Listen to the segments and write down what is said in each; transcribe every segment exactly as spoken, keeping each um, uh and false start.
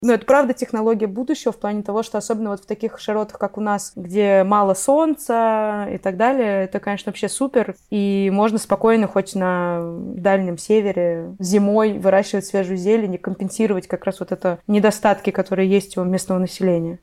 Но это правда технология будущего в плане того, что особенно вот в таких широтах, как у нас, где мало солнца и так далее, это, конечно, вообще супер. И можно спокойно хоть на Дальнем Севере зимой выращивать свежую зелень и компенсировать как раз вот это недостатки, которые есть у местного населения.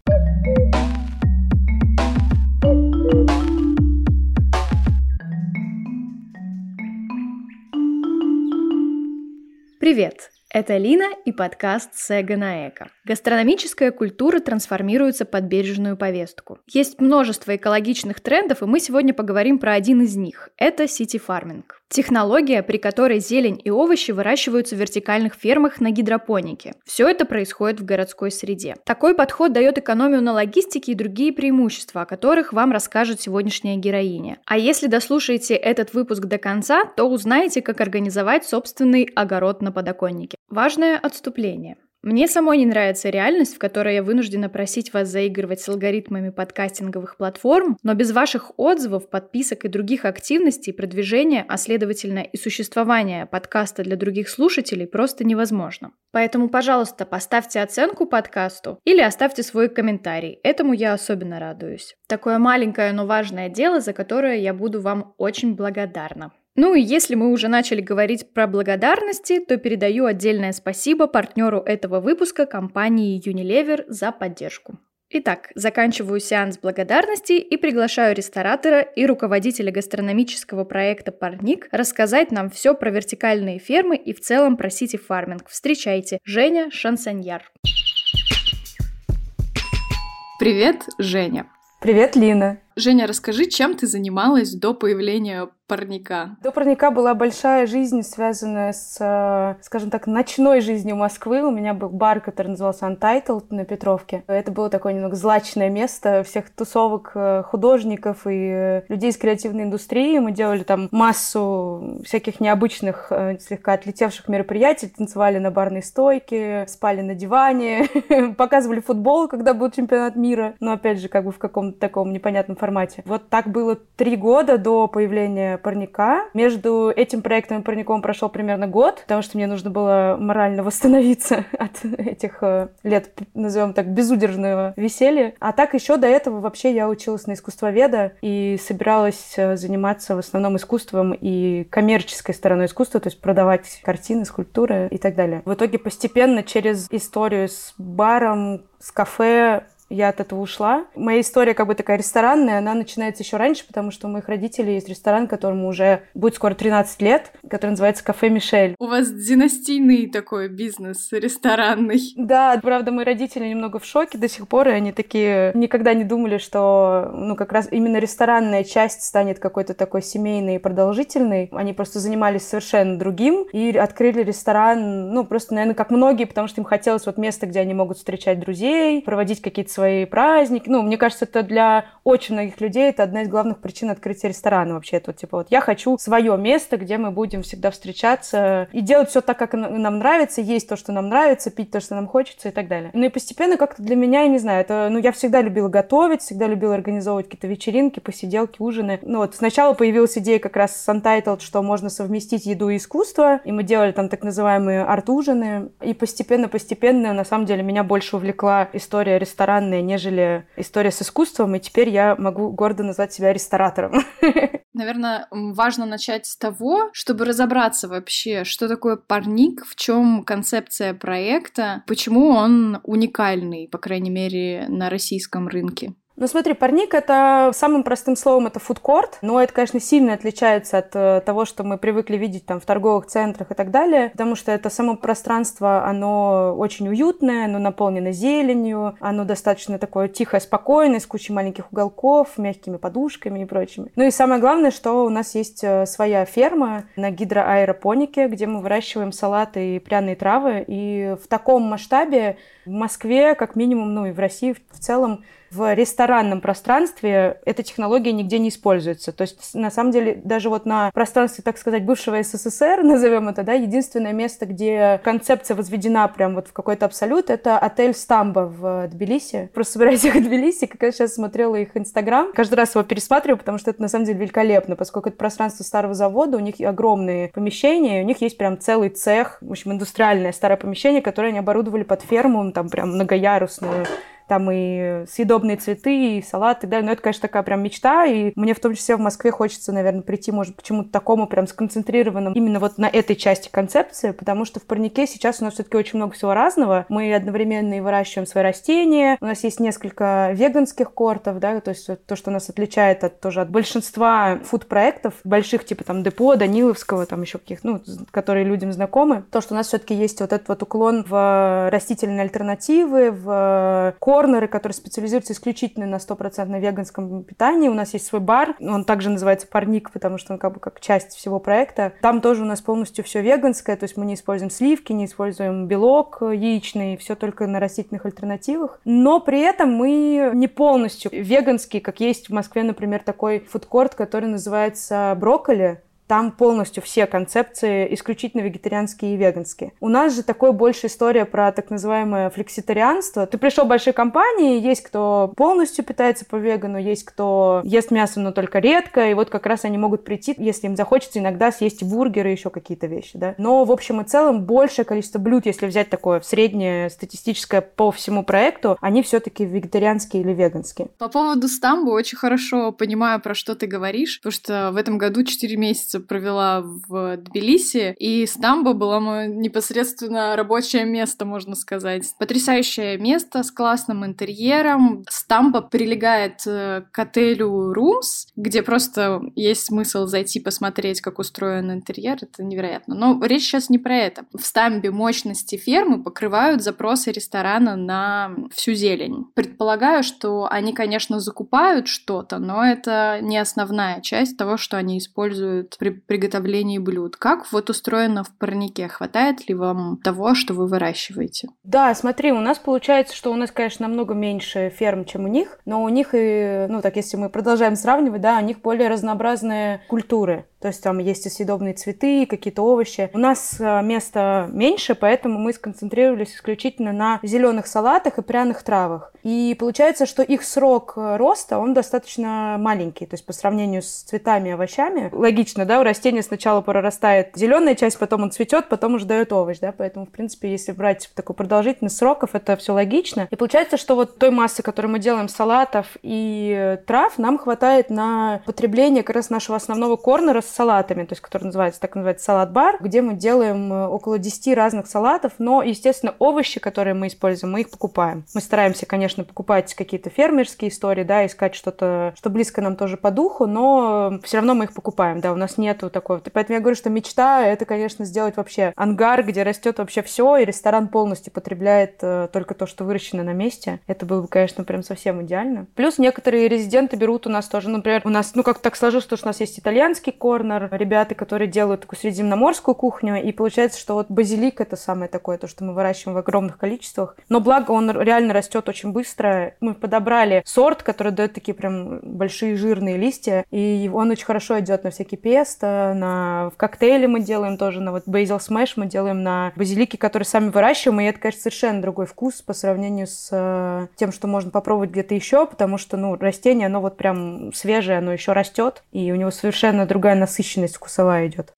Привет! Это Лина и подкаст «Сэга на Эко». Гастрономическая культура трансформируется под бережную повестку. Есть множество экологичных трендов, и мы сегодня поговорим про один из них. Это сити-фарминг. Технология, при которой зелень и овощи выращиваются в вертикальных фермах на гидропонике. Все это происходит в городской среде. Такой подход дает экономию на логистике и другие преимущества, о которых вам расскажет сегодняшняя героиня. А если дослушаете этот выпуск до конца, то узнаете, как организовать собственный огород на подоконнике. Важное отступление. Мне самой не нравится реальность, в которой я вынуждена просить вас заигрывать с алгоритмами подкастинговых платформ, но без ваших отзывов, подписок и других активностей продвижение, а следовательно и существование подкаста для других слушателей просто невозможно. Поэтому, пожалуйста, поставьте оценку подкасту или оставьте свой комментарий. Этому я особенно радуюсь. Такое маленькое, но важное дело, за которое я буду вам очень благодарна. Ну и если мы уже начали говорить про благодарности, то передаю отдельное спасибо партнеру этого выпуска компании Unilever за поддержку. Итак, заканчиваю сеанс благодарности и приглашаю ресторатора и руководителя гастрономического проекта «Парник» рассказать нам все про вертикальные фермы и в целом про сити-фарминг. Встречайте, Женя Шансоньяр. Привет, Женя. Привет, Лина. Женя, расскажи, чем ты занималась до появления Парника? До Парника была большая жизнь, связанная с, скажем так, ночной жизнью Москвы. У меня был бар, который назывался Untitled на Петровке. Это было такое немного злачное место всех тусовок художников и людей из креативной индустрии. Мы делали там массу всяких необычных, слегка отлетевших мероприятий. Танцевали на барной стойке, спали на диване, показывали футбол, когда был чемпионат мира. Но опять же, как бы в каком-то таком непонятном формате. Вот так было три года до появления Парника. Между этим проектом и Парником прошел примерно год, потому что мне нужно было морально восстановиться от этих э, лет, назовем так, безудержного веселья. А так еще до этого вообще я училась на искусствоведа и собиралась заниматься в основном искусством и коммерческой стороной искусства, то есть продавать картины, скульптуры и так далее. В итоге постепенно через историю с баром, с кафе, я от этого ушла. Моя история как бы такая ресторанная, она начинается еще раньше, потому что у моих родителей есть ресторан, которому уже будет скоро тринадцать лет, который называется «Кафе Мишель». У вас династийный такой бизнес ресторанный. Да, правда, мои родители немного в шоке до сих пор, и они такие никогда не думали, что ну как раз именно ресторанная часть станет какой-то такой семейной и продолжительной. Они просто занимались совершенно другим и открыли ресторан, ну просто, наверное, как многие, потому что им хотелось вот место, где они могут встречать друзей, проводить какие-то свои праздники. Ну, мне кажется, это для очень многих людей это одна из главных причин открытия ресторана вообще. Это вот, типа, вот я хочу свое место, где мы будем всегда встречаться и делать все так, как нам нравится, есть то, что нам нравится, пить то, что нам хочется и так далее. Ну и постепенно как-то для меня, я не знаю, это, ну, я всегда любила готовить, всегда любила организовывать какие-то вечеринки, посиделки, ужины. Ну вот сначала появилась идея как раз с Untitled, что можно совместить еду и искусство, и мы делали там так называемые арт-ужины, и постепенно-постепенно, на самом деле, меня больше увлекла история ресторана, нежели история с искусством, и теперь я могу гордо назвать себя ресторатором. Наверное, важно начать с того, чтобы разобраться вообще, что такое Парник, в чем концепция проекта, почему он уникальный, по крайней мере, на российском рынке. Ну смотри, Парник — это самым простым словом это фудкорт, но это, конечно, сильно отличается от э, того, что мы привыкли видеть там в торговых центрах и так далее, потому что это само пространство, оно очень уютное, оно наполнено зеленью, оно достаточно такое тихое, спокойное, с кучей маленьких уголков, мягкими подушками и прочими. Ну и самое главное, что у нас есть своя ферма на гидроаэропонике, где мы выращиваем салаты и пряные травы, и в таком масштабе в Москве, как минимум, ну и в России в целом, в ресторанном пространстве эта технология нигде не используется. То есть, на самом деле, даже вот на пространстве, так сказать, бывшего СССР, назовем это, да, единственное место, где концепция возведена прям вот в какой-то абсолют, это отель «Стамба» в Тбилиси. Просто собираюсь их в Тбилиси, как я сейчас смотрела их Инстаграм. Каждый раз его пересматриваю, потому что это на самом деле великолепно, поскольку это пространство старого завода, у них огромные помещения, у них есть прям целый цех, в общем, индустриальное старое помещение, которое они оборудовали под ферму, там прям многоярусную. Там и съедобные цветы, и салат, и так далее. Но это, конечно, такая прям мечта, и мне в том числе в Москве хочется, наверное, прийти, может, к чему-то такому прям сконцентрированному именно вот на этой части концепции, потому что в парнике сейчас у нас все-таки очень много всего разного. Мы одновременно и выращиваем свои растения, у нас есть несколько веганских кортов, да, то есть то, что нас отличает от, тоже от большинства фуд-проектов, больших, типа там Депо, Даниловского, там еще каких, ну, которые людям знакомы, то, что у нас все-таки есть вот этот вот уклон в растительные альтернативы, в корм, корнеры, которые специализируются исключительно на стопроцентно веганском питании. У нас есть свой бар, он также называется «Парник», потому что он как бы как часть всего проекта. Там тоже у нас полностью все веганское, то есть мы не используем сливки, не используем белок яичный, все только на растительных альтернативах. Но при этом мы не полностью веганские, как есть в Москве, например, такой фудкорт, который называется «Брокколи». Там полностью все концепции исключительно вегетарианские и веганские. У нас же такой больше история про так называемое флекситарианство. Ты пришел в большие компании, есть кто полностью питается по вегану, есть кто ест мясо, но только редко, и вот как раз они могут прийти, если им захочется, иногда съесть бургеры и еще какие-то вещи, да. Но в общем и целом большее количество блюд, если взять такое среднее статистическое по всему проекту, они все-таки вегетарианские или веганские. По поводу Стамбы очень хорошо понимаю, про что ты говоришь, потому что в этом году четыре месяца провела в Тбилиси, и Стамба была мое непосредственно рабочее место, можно сказать. Потрясающее место с классным интерьером. Стамба прилегает к отелю Rooms, где просто есть смысл зайти посмотреть, как устроен интерьер. Это невероятно. Но речь сейчас не про это. В Стамбе мощности фермы покрывают запросы ресторана на всю зелень. Предполагаю, что они, конечно, закупают что-то, но это не основная часть того, что они используют при приготовлении блюд. Как вот устроено в парнике? Хватает ли вам того, что вы выращиваете? Да, смотри, у нас получается, что у нас, конечно, намного меньше ферм, чем у них, но у них и, ну так, если мы продолжаем сравнивать, да, у них более разнообразные культуры. То есть там есть и съедобные цветы, какие-то овощи. У нас места меньше, поэтому мы сконцентрировались исключительно на зеленых салатах и пряных травах. И получается, что их срок роста, он достаточно маленький. То есть по сравнению с цветами и овощами. Логично, да, у растения сначала прорастает зеленая часть, потом он цветет, потом уже дает овощ, да. Поэтому, в принципе, если брать такой продолжительность сроков, это все логично. И получается, что вот той массы, которую мы делаем салатов и трав, нам хватает на потребление как раз нашего основного корнера с салатами, то есть который называется, так называется салат-бар, где мы делаем около десяти разных салатов, но, естественно, овощи, которые мы используем, мы их покупаем. Мы стараемся, конечно, покупать какие-то фермерские истории, да, искать что-то, что близко нам тоже по духу, но все равно мы их покупаем, да, у нас нету такого. Поэтому я говорю, что мечта — это, конечно, сделать вообще ангар, где растет вообще все, и ресторан полностью потребляет э, только то, что выращено на месте. Это было бы, конечно, прям совсем идеально. Плюс некоторые резиденты берут у нас тоже, например, у нас, ну, как так сложилось, что у нас есть итальянский корнер, ребята, которые делают такую средиземноморскую кухню, и получается, что вот базилик — это самое такое, то, что мы выращиваем в огромных количествах. Но благо он реально растет очень быстро. Мы подобрали сорт, который дает такие прям большие жирные листья, и он очень хорошо идет на всякие песто, на... в коктейле мы делаем тоже, на вот бейзил смэш мы делаем на базилике, который сами выращиваем, и это, конечно, совершенно другой вкус по сравнению с тем, что можно попробовать где-то еще, потому что, ну, растение, оно вот прям свежее, оно еще растет, и у него совершенно другая насыщенность вкусовая идет.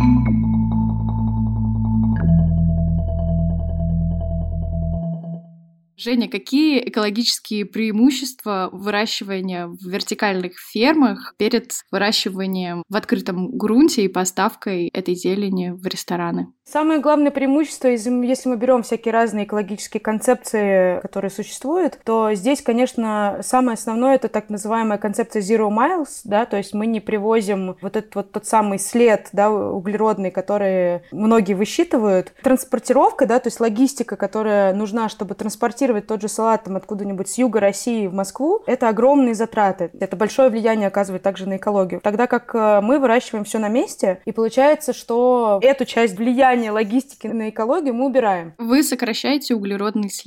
Женя, какие экологические преимущества выращивания в вертикальных фермах перед выращиванием в открытом грунте и поставкой этой зелени в рестораны? Самое главное преимущество, если мы берем всякие разные экологические концепции, которые существуют, то здесь, конечно, самое основное — это так называемая концепция Zero Miles, да, то есть мы не привозим вот этот вот тот самый след, да, углеродный, который многие высчитывают. Транспортировка, да, то есть логистика, которая нужна, чтобы транспортировать тот же салат там откуда-нибудь с юга России в Москву, это огромные затраты. Это большое влияние оказывает также на экологию. Тогда как мы выращиваем все на месте, и получается, что эту часть влияния логистики на экологию мы убираем. Вы сокращаете углеродный след.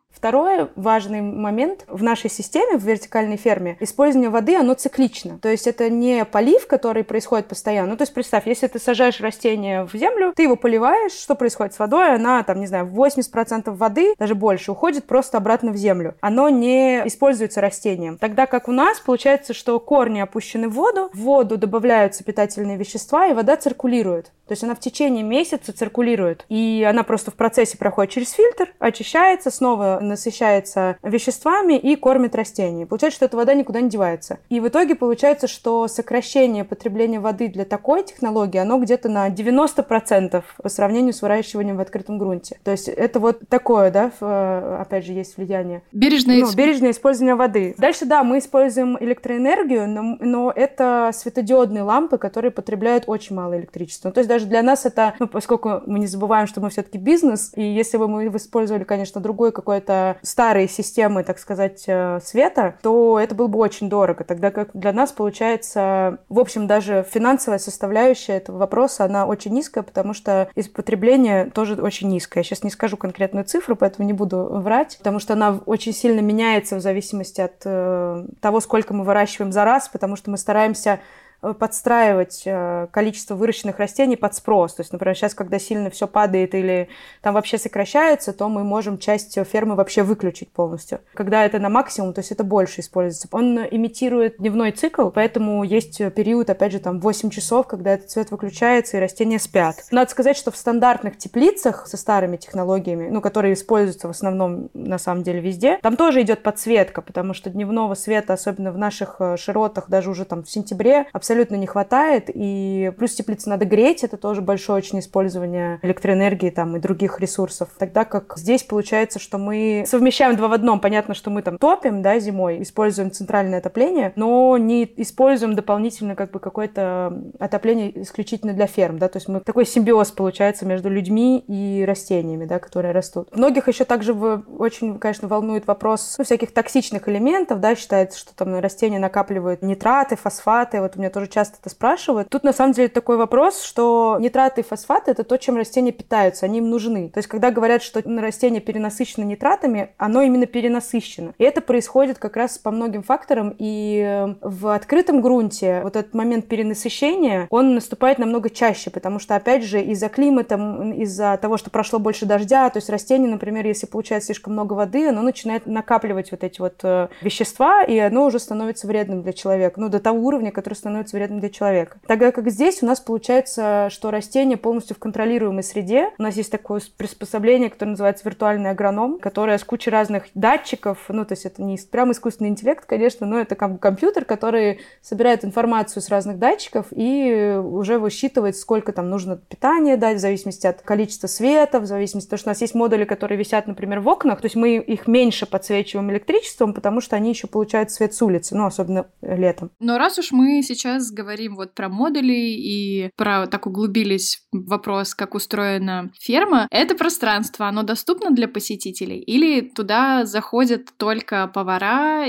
Второй важный момент в нашей системе, в вертикальной ферме, использование воды, оно циклично. То есть это не полив, который происходит постоянно. Ну, то есть представь, если ты сажаешь растение в землю, ты его поливаешь, что происходит с водой? Она, там, не знаю, восемьдесят процентов воды, даже больше, уходит просто обратно в землю. Оно не используется растением. Тогда как у нас получается, что корни опущены в воду, в воду добавляются питательные вещества, и вода циркулирует. То есть она в течение месяца циркулирует. И она просто в процессе проходит через фильтр, очищается, снова насыщается веществами и кормит растения. Получается, что эта вода никуда не девается. И в итоге получается, что сокращение потребления воды для такой технологии, оно где-то на девяносто процентов по сравнению с выращиванием в открытом грунте. То есть это вот такое, да, опять же, есть влияние. Бережное, ну, бережное использование воды. Дальше, да, мы используем электроэнергию, но, но это светодиодные лампы, которые потребляют очень мало электричества. То есть даже для нас это, ну, поскольку мы не забываем, что мы все-таки бизнес, и если бы мы использовали, конечно, другой какой-то старой системы, так сказать, света, то это было бы очень дорого. Тогда как для нас получается, в общем, даже финансовая составляющая этого вопроса, она очень низкая, потому что потребление тоже очень низкое. Я сейчас не скажу конкретную цифру, поэтому не буду врать, потому что она очень сильно меняется в зависимости от э, того, сколько мы выращиваем за раз, потому что мы стараемся подстраивать количество выращенных растений под спрос. То есть, например, сейчас, когда сильно все падает или там вообще сокращается, то мы можем часть фермы вообще выключить полностью. Когда это на максимум, то есть это больше используется. Он имитирует дневной цикл, поэтому есть период, опять же, там восемь часов, когда этот свет выключается и растения спят. Надо сказать, что в стандартных теплицах со старыми технологиями, ну, которые используются в основном, на самом деле, везде, там тоже идет подсветка, потому что дневного света, особенно в наших широтах, даже уже там в сентябре, абсолютно не хватает, и плюс теплицу надо греть, это тоже большое очень использование электроэнергии там и других ресурсов. Тогда как здесь получается, что мы совмещаем два в одном. Понятно, что мы там топим, да, зимой, используем центральное отопление, но не используем дополнительно как бы какое-то отопление исключительно для ферм, да, то есть мы такой симбиоз получается между людьми и растениями, да, которые растут. Многих еще также в, очень, конечно, волнует вопрос, ну, всяких токсичных элементов, да, считается, что там растения накапливают нитраты, фосфаты, вот у меня тоже часто это спрашивают. Тут на самом деле такой вопрос, что нитраты и фосфаты — это то, чем растения питаются, они им нужны. То есть когда говорят, что растение перенасыщено нитратами, оно именно перенасыщено. И это происходит как раз по многим факторам, и в открытом грунте вот этот момент перенасыщения, он наступает намного чаще, потому что, опять же, из-за климата, из-за того, что прошло больше дождя, то есть растение, например, если получает слишком много воды, оно начинает накапливать вот эти вот вещества, и оно уже становится вредным для человека, ну, до того уровня, который становится вредным для человека. Тогда как здесь у нас получается, что растение полностью в контролируемой среде. У нас есть такое приспособление, которое называется виртуальный агроном, которое с кучей разных датчиков, ну, то есть это не прям искусственный интеллект, конечно, но это как бы компьютер, который собирает информацию с разных датчиков и уже высчитывает, сколько там нужно питания дать, в зависимости от количества света, в зависимости, потому что у нас есть модули, которые висят, например, в окнах, то есть мы их меньше подсвечиваем электричеством, потому что они еще получают свет с улицы, ну, особенно летом. Но раз уж мы сейчас говорим вот про модули и про так углубились в вопрос, как устроена ферма, это пространство, оно доступно для посетителей? Или туда заходят только повара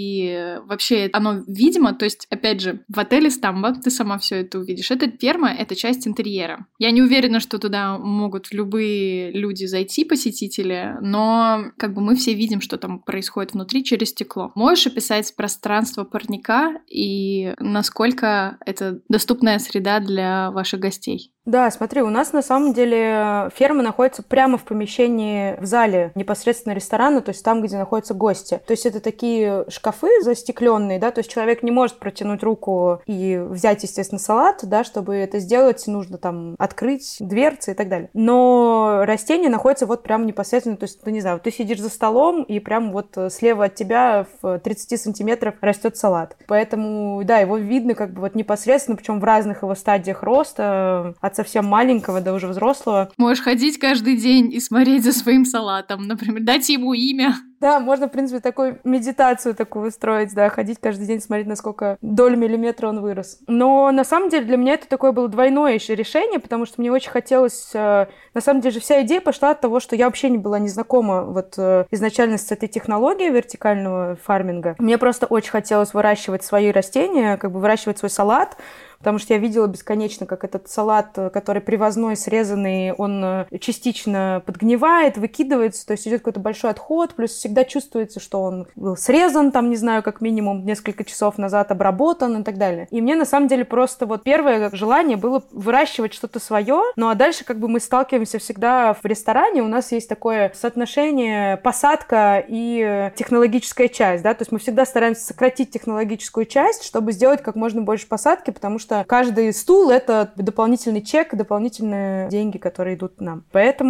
и вообще оно видимо? То есть, опять же, в отеле Стамба ты сама все это увидишь. Эта ферма — это часть интерьера. Я не уверена, что туда могут любые люди зайти, посетители, но как бы мы все видим, что там происходит внутри через стекло. Можешь описать пространство парника и насколько это доступная среда для ваших гостей? Да, смотри, у нас на самом деле ферма находится прямо в помещении, в зале непосредственно ресторана, то есть там, где находятся гости. То есть это такие шкафы застекленные, да, то есть человек не может протянуть руку и взять, естественно, салат, да, чтобы это сделать, нужно там открыть дверцы и так далее. Но растение находится вот прямо непосредственно, то есть, ты не знаю, ты сидишь за столом, и прямо вот слева от тебя в тридцати сантиметрах растет салат. Поэтому, да, его видно как бы вот непосредственно, причем в разных его стадиях роста, от совсем маленького до уже взрослого. Можешь ходить каждый день и смотреть за своим салатом, например, дать ему имя. Да, можно, в принципе, такую медитацию такую устроить, да, ходить каждый день, смотреть, насколько доль миллиметра он вырос. Но, на самом деле, для меня это такое было двойное еще решение, потому что мне очень хотелось... На самом деле, вся идея пошла от того, что я вообще не была не знакома вот изначально с этой технологией вертикального фарминга. Мне просто очень хотелось выращивать свои растения, как бы выращивать свой салат, потому что я видела бесконечно, как этот салат, который привозной, срезанный, он частично подгнивает, выкидывается, то есть идет какой-то большой отход, плюс всегда чувствуется, что он был срезан, там, не знаю, как минимум несколько часов назад обработан и так далее. И мне, на самом деле, просто вот первое желание было выращивать что-то свое, ну а дальше как бы мы сталкиваемся всегда в ресторане, у нас есть такое соотношение посадка и технологическая часть, да, то есть мы всегда стараемся сократить технологическую часть, чтобы сделать как можно больше посадки, потому что каждый стул — это дополнительный чек, дополнительные деньги, которые идут нам.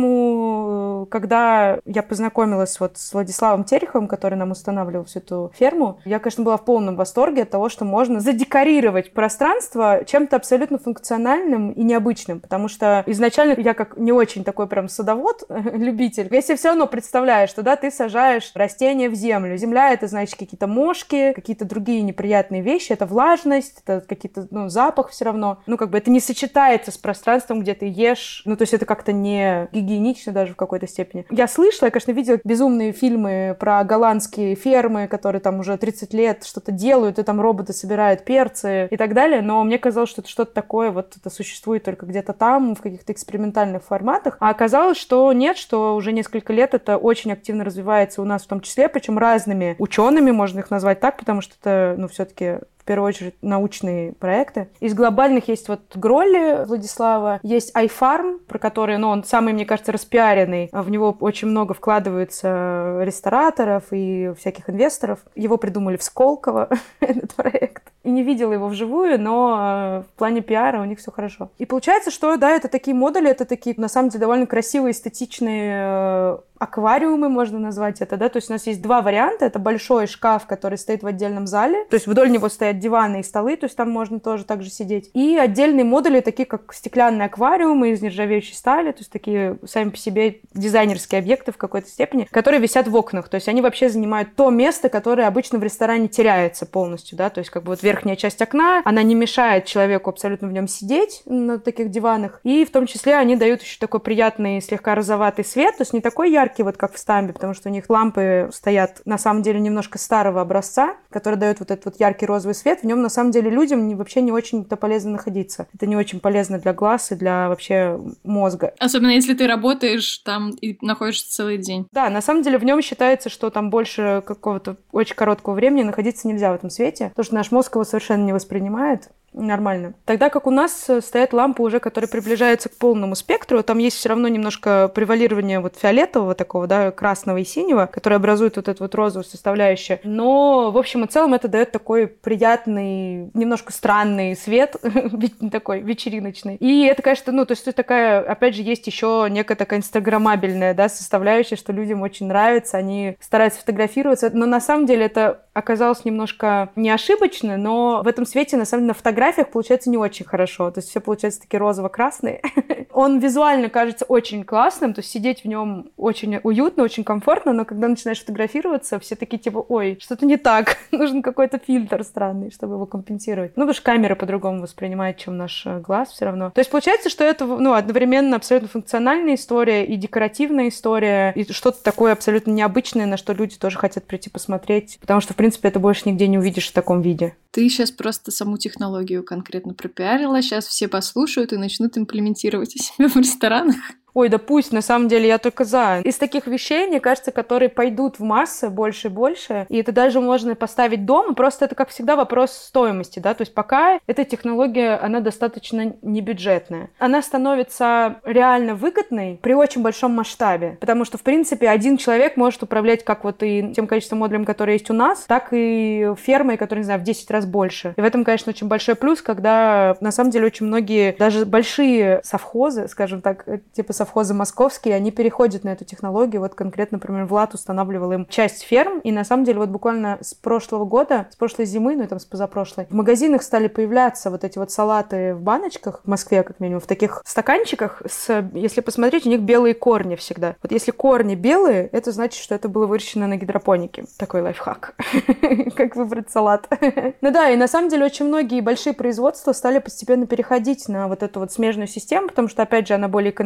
Поэтому, когда я познакомилась вот с Владиславом Тереховым, который нам устанавливал всю эту ферму, я, конечно, была в полном восторге от того, что можно задекорировать пространство чем-то абсолютно функциональным и необычным, потому что изначально я как не очень такой прям садовод, любитель, я себе все равно представляю, что, да, ты сажаешь растения в землю. Земля — это, значит, какие-то мошки, какие-то другие неприятные вещи, это влажность, это какие-то, ну, запах все равно. Ну, как бы это не сочетается с пространством, где ты ешь. Ну, то есть это как-то не гигиенично даже в какой-то степени. Я слышала, я, конечно, видела безумные фильмы про голландские фермы, которые там уже тридцать лет что-то делают, и там роботы собирают перцы и так далее, но мне казалось, что это что-то такое, вот это существует только где-то там, в каких-то экспериментальных форматах. А оказалось, что нет, что уже несколько лет это очень активно развивается у нас в том числе, причем разными учеными, можно их назвать так, потому что это, ну, все-таки в первую очередь научные проекты. Из глобальных есть вот Гролли Владислава, есть iFarm, про который, ну, он самый, мне кажется, распиаренный. В него очень много вкладывается рестораторов и всяких инвесторов. Его придумали в Сколково, этот проект. И не видела его вживую, но в плане пиара у них все хорошо. И получается, что, да, это такие модули, это такие, на самом деле, довольно красивые, эстетичные аквариумы, можно назвать это, да, то есть у нас есть два варианта, это большой шкаф, который стоит в отдельном зале, то есть вдоль него стоят диваны и столы, то есть там можно тоже так же сидеть, и отдельные модули, такие как стеклянные аквариумы из нержавеющей стали, то есть такие сами по себе дизайнерские объекты в какой-то степени, которые висят в окнах, то есть они вообще занимают то место, которое обычно в ресторане теряется полностью, да, то есть как бы вот верхняя часть окна, она не мешает человеку абсолютно в нем сидеть на таких диванах, и в том числе они дают еще такой приятный слегка розоватый свет, то есть не такой яркий, вот как в Стамбе, потому что у них лампы стоят на самом деле немножко старого образца, который дает вот этот вот яркий розовый свет. В нем на самом деле людям не, вообще не очень-то полезно находиться. Это не очень полезно для глаз и для вообще мозга. Особенно если ты работаешь там и находишься целый день. Да, на самом деле в нем считается, что там больше какого-то очень короткого времени находиться нельзя в этом свете, потому что наш мозг его совершенно не воспринимает нормально. Тогда как у нас стоят лампы уже, которые приближаются к полному спектру, там есть все равно немножко превалирование вот фиолетового такого, да, красного и синего, который образует вот эту вот розовую составляющую. Но, в общем и целом, это дает такой приятный, немножко странный свет, такой вечериночный. И это, конечно, ну, то есть это такая, опять же, есть еще некая такая инстаграмабельная, да, составляющая, что людям очень нравится, они стараются фотографироваться, но на самом деле это оказалось немножко не ошибочно, но в этом свете, на самом деле, на фотографии получается не очень хорошо. То есть все получается такие розово-красные. Он визуально кажется очень классным, то есть сидеть в нем очень уютно, очень комфортно, но когда начинаешь фотографироваться, все такие типа, ой, что-то не так, нужен какой-то фильтр странный, чтобы его компенсировать. Ну, потому что камера по-другому воспринимает, чем наш глаз все равно. То есть получается, что это, ну, одновременно абсолютно функциональная история и декоративная история, и что-то такое абсолютно необычное, на что люди тоже хотят прийти посмотреть, потому что, в принципе, это больше нигде не увидишь в таком виде. Ты сейчас просто саму технологию конкретно пропиарила, сейчас все послушают и начнут имплементировать у себя в ресторанах. Ой, да пусть, на самом деле, я только за. Из таких вещей, мне кажется, которые пойдут в массы больше и больше, и это даже можно поставить дома, просто это, как всегда, вопрос стоимости, да, то есть пока эта технология, она достаточно небюджетная. Она становится реально выгодной при очень большом масштабе, потому что, в принципе, один человек может управлять как вот и тем количеством модулей, которые есть у нас, так и фермой, которая, не знаю, в десять раз больше. И в этом, конечно, очень большой плюс, когда, на самом деле, очень многие, даже большие совхозы, скажем так, типа совхозы московские, они переходят на эту технологию. Вот конкретно, например, Влад устанавливал им часть ферм, и на самом деле вот буквально с прошлого года, с прошлой зимы, ну и там с позапрошлой, в магазинах стали появляться вот эти вот салаты в баночках, в Москве как минимум, в таких стаканчиках, с, если посмотреть, у них белые корни всегда. Вот если корни белые, это значит, что это было выращено на гидропонике. Такой лайфхак. Как выбрать салат. Ну да, и на самом деле очень многие большие производства стали постепенно переходить на вот эту вот смежную систему, потому что, опять же, она более экономичная,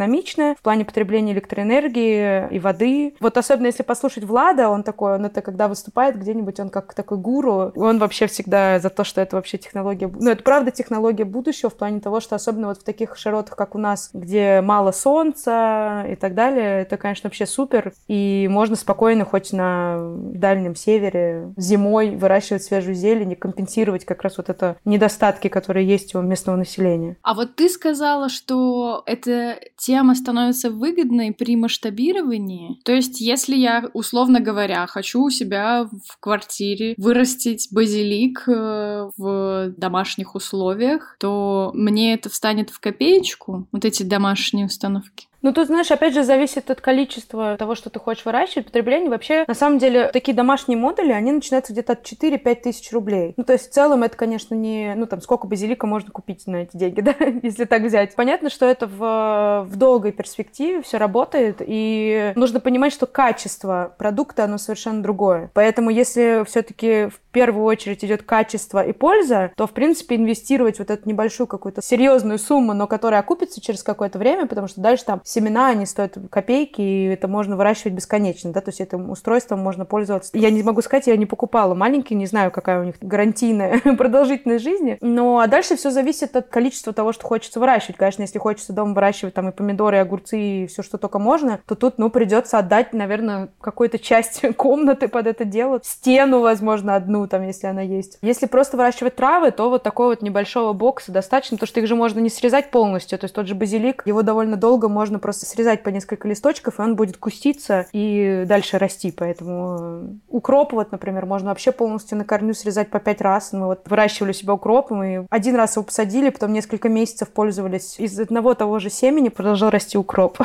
эффективное в плане потребления электроэнергии и воды. Вот особенно если послушать Влада, он такой, он это когда выступает где-нибудь, он как такой гуру, он вообще всегда за то, что это вообще технология, ну это правда технология будущего в плане того, что особенно вот в таких широтах, как у нас, где мало солнца и так далее, это, конечно, вообще супер, и можно спокойно хоть на Дальнем Севере зимой выращивать свежую зелень и компенсировать как раз вот это недостатки, которые есть у местного населения. А вот ты сказала, что эта тема становится выгодной при масштабировании. То есть, если я, условно говоря, хочу у себя в квартире вырастить базилик в домашних условиях, то мне это встанет в копеечку, вот эти домашние установки? Ну, тут, знаешь, опять же, зависит от количества того, что ты хочешь выращивать, потребление. Вообще, на самом деле, такие домашние модули, они начинаются где-то от четыре-пять тысяч рублей. Ну, то есть, в целом, это, конечно, не... Ну, там, сколько базилика можно купить на эти деньги, да, если так взять. Понятно, что это в, в долгой перспективе все работает, и нужно понимать, что качество продукта, оно совершенно другое. Поэтому, если все-таки в первую очередь идет качество и польза, то, в принципе, инвестировать вот эту небольшую какую-то серьезную сумму, но которая окупится через какое-то время, потому что дальше там семена, они стоят копейки, и это можно выращивать бесконечно, да, то есть этим устройством можно пользоваться. Я не могу сказать, я не покупала маленькие, не знаю, какая у них гарантийная продолжительность жизни, но а дальше все зависит от количества того, что хочется выращивать. Конечно, если хочется дома выращивать там и помидоры, и огурцы, и все, что только можно, то тут, ну, придется отдать, наверное, какую-то часть комнаты под это дело, стену, возможно, одну, там, если она есть. Если просто выращивать травы, то вот такого вот небольшого бокса достаточно, потому что их же можно не срезать полностью, то есть тот же базилик, его довольно долго можно просто срезать по несколько листочков, и он будет куститься и дальше расти. Поэтому укроп, вот, например, можно вообще полностью на корню срезать по пять раз. Мы вот выращивали у себя укроп, мы один раз его посадили, потом несколько месяцев пользовались. Из одного того же семени продолжал расти укроп.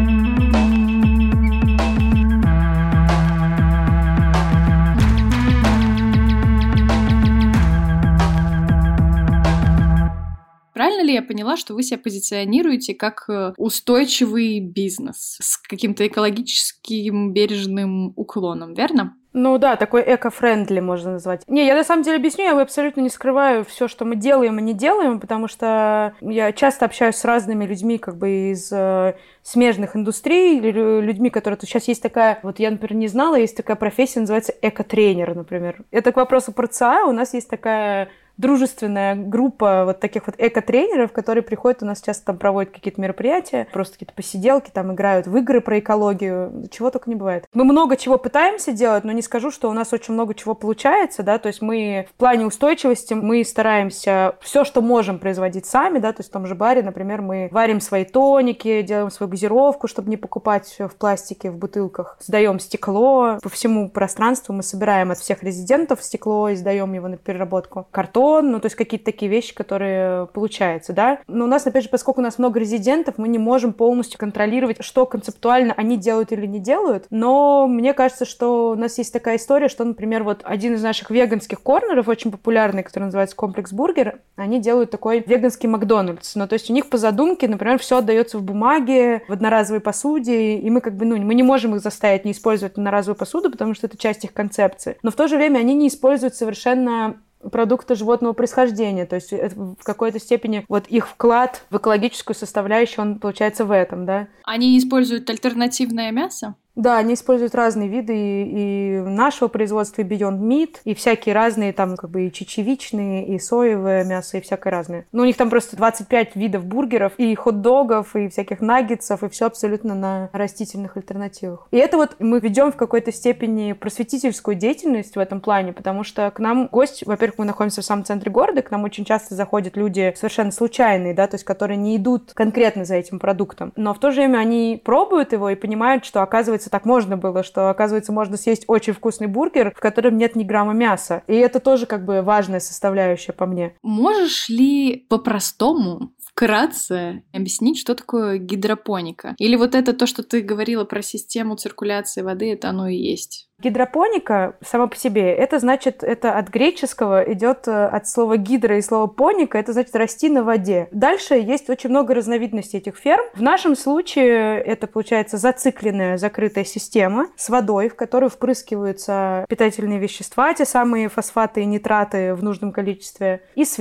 Правильно ли я поняла, что вы себя позиционируете как устойчивый бизнес с каким-то экологическим бережным уклоном, верно? Ну да, такой эко-френдли можно назвать. Не, я на самом деле объясню, я абсолютно не скрываю все, что мы делаем и не делаем, потому что я часто общаюсь с разными людьми как бы из э, смежных индустрий, людьми, которые... Тут сейчас есть такая... Вот я, например, не знала, есть такая профессия, называется эко-тренер, например. Это к вопросу про ЦА. У нас есть такая... дружественная группа вот таких вот эко-тренеров, которые приходят, у нас часто там проводят какие-то мероприятия, просто какие-то посиделки, там играют в игры про экологию, чего только не бывает. Мы много чего пытаемся делать, но не скажу, что у нас очень много чего получается, да, то есть мы в плане устойчивости, мы стараемся все, что можем, производить сами, да, то есть в том же баре, например, мы варим свои тоники, делаем свою газировку, чтобы не покупать все в пластике, в бутылках, сдаем стекло, по всему пространству мы собираем от всех резидентов стекло и сдаем его на переработку. Картон, ну, то есть какие-то такие вещи, которые получаются, да. Но у нас, опять же, поскольку у нас много резидентов, мы не можем полностью контролировать, что концептуально они делают или не делают, но мне кажется, что у нас есть такая история, что, например, вот один из наших веганских корнеров, очень популярный, который называется «Комплекс Бургер», они делают такой веганский Макдональдс, ну, то есть у них по задумке, например, все отдается в бумаге, в одноразовой посуде, и мы как бы, ну, мы не можем их заставить не использовать одноразовую посуду, потому что это часть их концепции, но в то же время они не используют совершенно продукты животного происхождения, то есть в какой-то степени вот их вклад в экологическую составляющую, он получается в этом, да. Они используют альтернативное мясо? Да, они используют разные виды и, и нашего производства, и Beyond Meat, и всякие разные, там, как бы, и чечевичные, и соевое мясо, и всякое разное. Ну, у них там просто двадцать пять видов бургеров, и хот-догов, и всяких наггетсов, и все абсолютно на растительных альтернативах. И это вот мы ведем в какой-то степени просветительскую деятельность в этом плане, потому что к нам гость, во-первых, мы находимся в самом центре города, к нам очень часто заходят люди совершенно случайные, да, то есть которые не идут конкретно за этим продуктом, но в то же время они пробуют его и понимают, что, оказывается, так можно было, что, оказывается, можно съесть очень вкусный бургер, в котором нет ни грамма мяса. И это тоже как бы важная составляющая по мне. Можешь ли по-простому, вкратце объяснить, что такое гидропоника? Или вот это то, что ты говорила про систему циркуляции воды, это оно и есть? Гидропоника сама по себе, это значит, это от греческого идет от слова гидро и слова поника, это значит расти на воде. Дальше есть очень много разновидностей этих ферм. В нашем случае это получается зацикленная закрытая система с водой, в которую впрыскиваются питательные вещества, те самые фосфаты и нитраты в нужном количестве, и свет.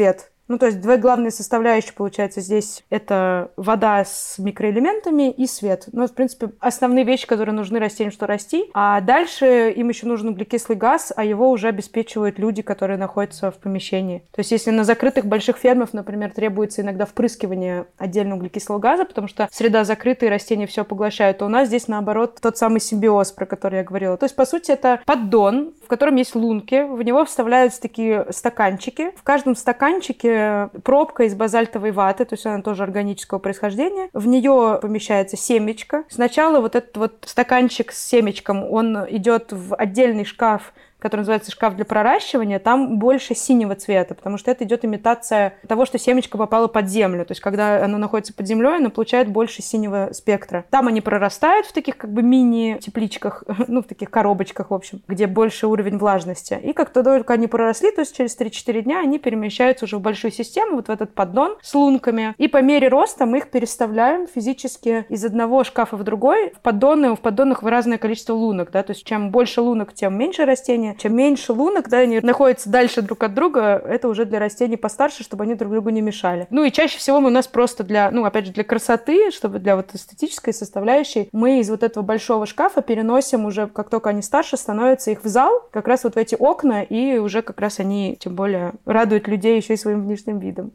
Ну, то есть две главные составляющие, получается, здесь это вода с микроэлементами и свет. Ну, в принципе, основные вещи, которые нужны растениям, что расти. А дальше им еще нужен углекислый газ, а его уже обеспечивают люди, которые находятся в помещении. То есть если на закрытых больших фермах, например, требуется иногда впрыскивание отдельно углекислого газа, потому что среда закрытая, растения все поглощают, то у нас здесь, наоборот, тот самый симбиоз, про который я говорила. То есть, по сути, это поддон, в котором есть лунки, в него вставляются такие стаканчики. В каждом стаканчике пробка из базальтовой ваты, то есть она тоже органического происхождения. В нее помещается семечко. Сначала вот этот вот стаканчик с семечком, он идет в отдельный шкаф, который называется шкаф для проращивания, там больше синего цвета, потому что это идет имитация того, что семечко попало под землю. То есть, когда оно находится под землей, оно получает больше синего спектра. Там они прорастают в таких как бы мини-тепличках, ну, в таких коробочках, в общем, где больше уровень влажности. И как только они проросли, то есть через три-четыре дня они перемещаются уже в большую систему, вот в этот поддон с лунками. И по мере роста мы их переставляем физически из одного шкафа в другой. В поддоны, в поддонах разное количество лунок, да, то есть чем больше лунок, тем меньше растения. Чем меньше лунок, да, они находятся дальше друг от друга, это уже для растений постарше, чтобы они друг другу не мешали. Ну и чаще всего мы у нас просто для, ну, опять же, для красоты, чтобы для вот эстетической составляющей, мы из вот этого большого шкафа переносим уже, как только они старше, становятся их в зал, как раз вот в эти окна, и уже как раз они, тем более, радуют людей еще и своим внешним видом.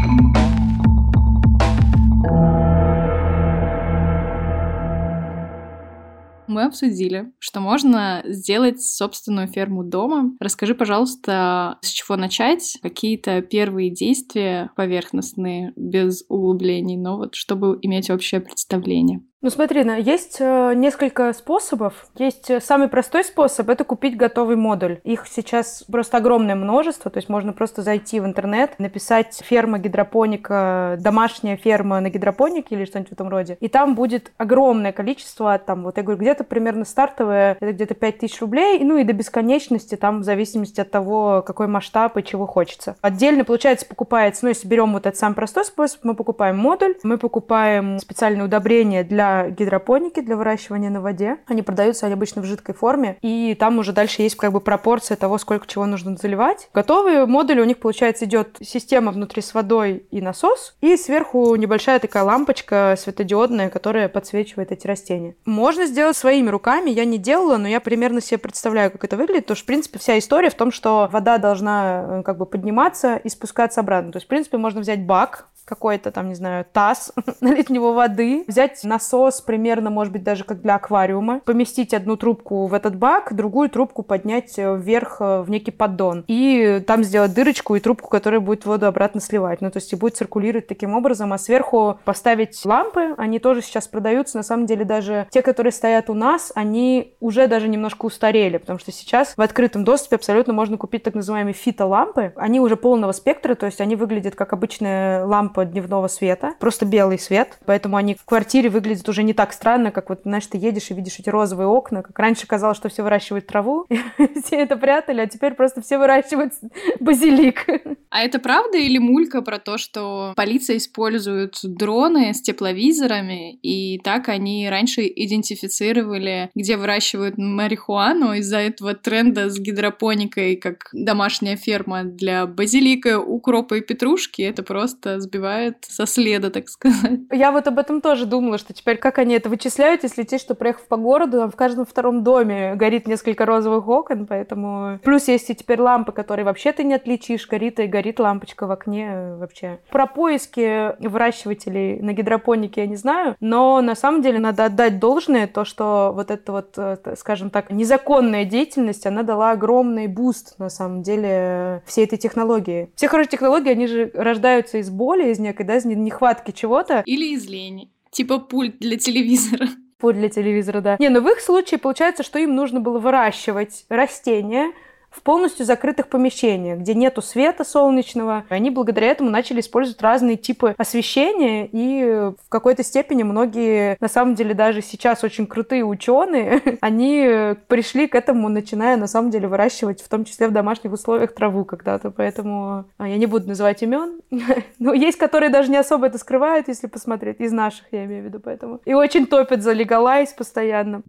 Мы обсудили, что можно сделать собственную ферму дома. Расскажи, пожалуйста, с чего начать, какие-то первые действия поверхностные, без углублений, но вот чтобы иметь общее представление. Ну смотри, есть несколько способов. Есть самый простой способ — это купить готовый модуль. Их сейчас просто огромное множество, то есть можно просто зайти в интернет, написать «ферма гидропоника», «домашняя ферма на гидропонике» или что-нибудь в этом роде. И там будет огромное количество, там, вот я говорю, где-то примерно стартовое, это где-то пять тысяч рублей, ну и до бесконечности, там в зависимости от того, какой масштаб и чего хочется. Отдельно, получается, покупается, ну если берем вот этот самый простой способ, мы покупаем модуль, мы покупаем специальные удобрения для гидропоники, для выращивания на воде. Они продаются они обычно в жидкой форме, и там уже дальше есть как бы пропорция того, сколько чего нужно заливать. Готовые модули, у них, получается, идет система внутри с водой и насос, и сверху небольшая такая лампочка светодиодная, которая подсвечивает эти растения. Можно сделать своими руками, я не делала, но я примерно себе представляю, как это выглядит, потому что, в принципе, вся история в том, что вода должна как бы подниматься и спускаться обратно. То есть, в принципе, можно взять бак, какой-то там, не знаю, таз, налить в него воды, взять насос примерно, может быть, даже как для аквариума, поместить одну трубку в этот бак, другую трубку поднять вверх в некий поддон. И там сделать дырочку и трубку, которая будет воду обратно сливать. Ну, то есть и будет циркулировать таким образом. А сверху поставить лампы, они тоже сейчас продаются. На самом деле даже те, которые стоят у нас, они уже даже немножко устарели, потому что сейчас в открытом доступе абсолютно можно купить так называемые фитолампы. Они уже полного спектра, то есть они выглядят как обычная лампа дневного света, просто белый свет, поэтому они в квартире выглядят уже не так странно, как вот, знаешь, ты едешь и видишь эти розовые окна, как раньше казалось, что все выращивают траву, все это прятали, а теперь просто все выращивают базилик. А это правда или мулька про то, что полиция использует дроны с тепловизорами, и так они раньше идентифицировали, где выращивают марихуану из-за этого тренда с гидропоникой, как домашняя ферма для базилика, укропа и петрушки, это просто сбивает со следа, так сказать. Я вот об этом тоже думала, что теперь как они это вычисляют, если те, что проехав по городу, там в каждом втором доме горит несколько розовых окон, поэтому... Плюс есть и теперь лампы, которые вообще ты не отличишь, горит и горит лампочка в окне вообще. Про поиски выращивателей на гидропонике я не знаю, но на самом деле надо отдать должное, то, что вот эта вот, скажем так, незаконная деятельность, она дала огромный буст, на самом деле, всей этой технологии. Все хорошие технологии, они же рождаются из боли, из некой, да, из нехватки чего-то. Или из лени. Типа пульт для телевизора. Пульт для телевизора, да. Не, но в их случае получается, что им нужно было выращивать растения в полностью закрытых помещениях, где нету света солнечного. Они благодаря этому начали использовать разные типы освещения, и в какой-то степени многие, на самом деле, даже сейчас очень крутые ученые, они пришли к этому, начиная, на самом деле, выращивать, в том числе в домашних условиях, траву когда-то. Поэтому я не буду называть имен. Но есть, которые даже не особо это скрывают, если посмотреть. Из наших, я имею в виду, поэтому. И очень топят за легалайз постоянно.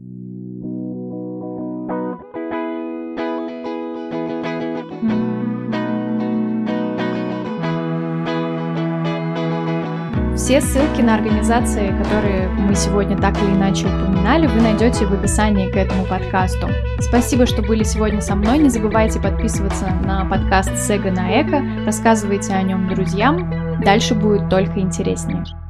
Все ссылки на организации, которые мы сегодня так или иначе упоминали, вы найдете в описании к этому подкасту. Спасибо, что были сегодня со мной. Не забывайте подписываться на подкаст Сега на Эко, рассказывайте о нем друзьям. Дальше будет только интереснее.